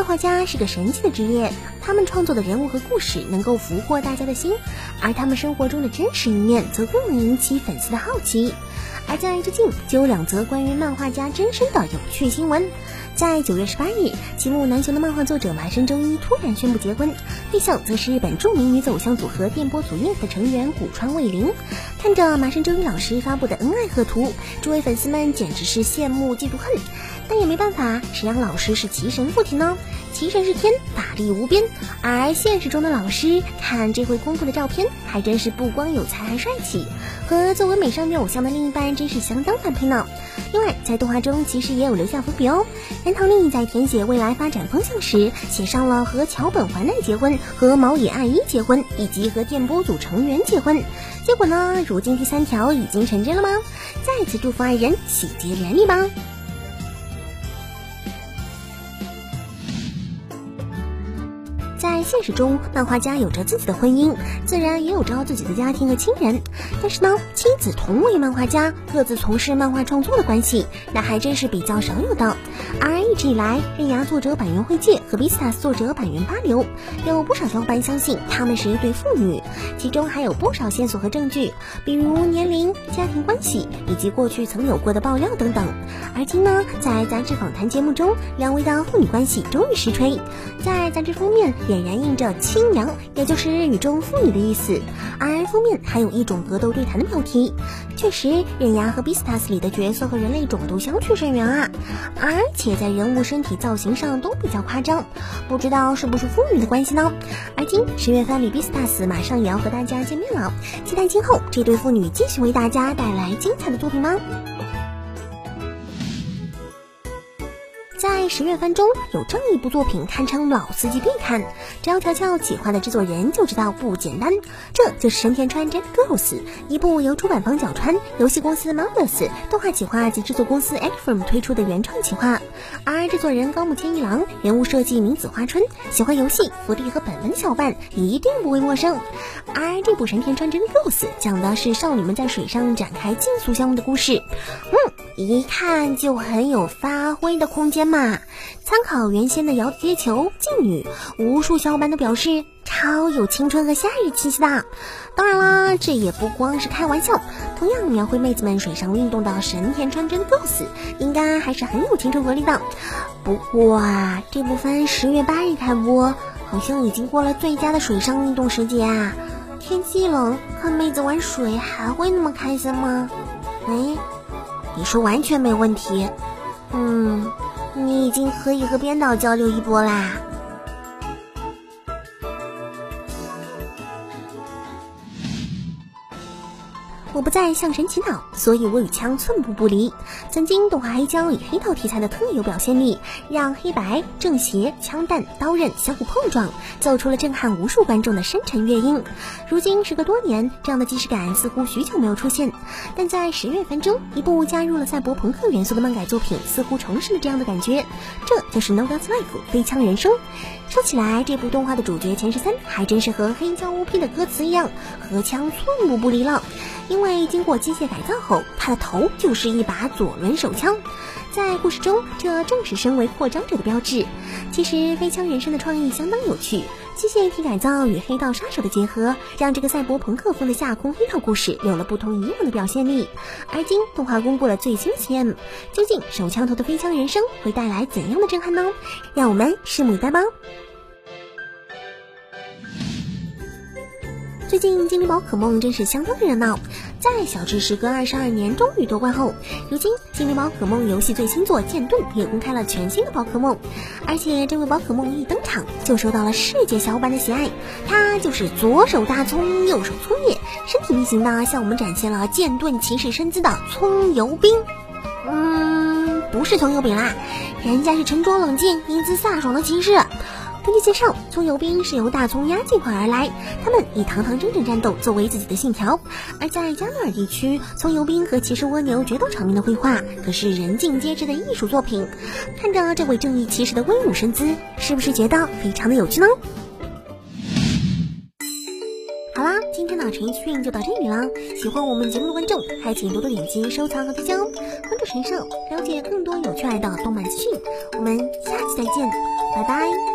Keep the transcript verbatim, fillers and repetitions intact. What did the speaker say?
漫画家是个神奇的职业，他们创作的人物和故事能够俘获大家的心，而他们生活中的真实一面则更能引起粉丝的好奇。而在最近就有两则关于漫画家真身的有趣新闻。在九月十八日，齐木南雄的漫画作者麻生周一突然宣布结婚，对象则是日本著名女子偶像组合电波组乐的成员古川卫零。看着麻生周一老师发布的恩爱贺图，诸位粉丝们简直是羡慕嫉妒恨，但也没办法，谁让老师是奇神附体呢？奇神是天，法力无边，而现实中的老师看这回公布的照片，还真是不光有才还帅气，和作为美少女偶像的另一半真是相当般配呢。另外在动画中其实也有留下伏笔哦，安藤丽在填写未来发展方向时写上了和桥本环奈结婚，和毛野爱一结婚，以及和电波组成员结婚。结果呢，如今第三条已经成真了吗？再次祝福二人喜结连理吧。在现实中，漫画家有着自己的婚姻，自然也有着自己的家庭和亲人，但是呢，妻子同为漫画家，各自从事漫画创作的关系，那还真是比较少有的。而一直以来，刃牙作者板垣惠介和 Beastars 作者板垣八流有不少小伙伴相信他们是一对父女，其中还有不少线索和证据，比如年龄、家庭关系以及过去曾有过的爆料等等。而今呢，在杂志访谈节目中，两位的父女关系终于实锤，在杂志封面俨然印着亲娘，也就是日语中妇女的意思，而封面还有一种格斗对谈的标题。确实，刃牙和 Beastars 里的角色和人类种都相去甚远啊，而且在人物身体造型上都比较夸张，不知道是不是父女的关系呢？而今十月番里 Beastars 马上也要和大家见面了，期待今后这对父女继续为大家带来精彩的作品吗？在十月番中有这么一部作品堪称老司机必看，只要瞧瞧企划的制作人就知道不简单，这就是神田川 Jet Girls， 一部由出版方角川、游戏公司 Marvelous、动画企划及制作公司 Actfilm 推出的原创企划，而制作人高木千一郎，人物设计明子花春，喜欢游戏、福利和本文的小伙伴一定不会陌生。而这部神田川 Jet Girls 讲的是少女们在水上展开竞速项目的故事，嗯，一看就很有发挥的空间嘛。参考原先的摇街球、劲女，无数小伙伴都表示超有青春和夏日气息的。当然啦，这也不光是开玩笑，同样描绘妹子们水上运动的神田川真 Girls 应该还是很有青春活力的。不过啊，这部番十月八日开播，好像已经过了最佳的水上运动时节啊。天气冷，看妹子玩水还会那么开心吗？哎，你说完全没问题。嗯，你已经可以和编导交流一波啦。我不再向神祈祷，所以我与枪寸步不离。曾经动画黑胶以黑道题材的特有表现力，让黑白、正邪、枪弹、刀刃相互碰撞，奏出了震撼无数观众的深沉乐音。如今时隔多年，这样的即视感似乎许久没有出现，但在十月番中，一部加入了赛博朋克元素的漫改作品似乎重拾了这样的感觉，这就是《No God's Life》飞枪人生。说起来，这部动画的主角前十三还真是和黑胶 O P 的歌词一样，和枪寸步不离了。因为经过机械改造后，他的头就是一把左轮手枪。在故事中，这正是身为扩张者的标志。其实飞枪人生的创意相当有趣，机械体改造与黑道杀手的结合，让这个赛博朋克风的下空黑道故事有了不同以往的表现力。而今动画公布了最新 C M， 究竟手枪头的飞枪人生会带来怎样的震撼呢？让我们拭目以待吧。最近精灵宝可梦真是相当热闹，在小智时隔二十二年终于夺冠后，如今精灵宝可梦游戏最新作剑盾也公开了全新的宝可梦，而且这位宝可梦一登场就受到了世界小伙伴的喜爱，他就是左手大葱右手粗叶，身体力行的向我们展现了剑盾骑士身姿的葱油兵。嗯，不是葱油饼啦，人家是沉着冷静英姿飒爽的骑士。根据介绍，葱油兵是由大葱鸭进化而来，他们以堂堂正正战斗作为自己的信条。而在加诺尔地区，葱油兵和骑士蜗牛决斗场面的绘画可是人尽皆知的艺术作品。看着这位正义骑士的威武身姿，是不是觉得非常的有趣呢？好啦，今天的陈奕迅就到这里了。喜欢我们节目的观众，还请多多点击收藏和分享，关注陈少，了解更多有趣爱的动漫资讯。我们下期再见。 拜拜。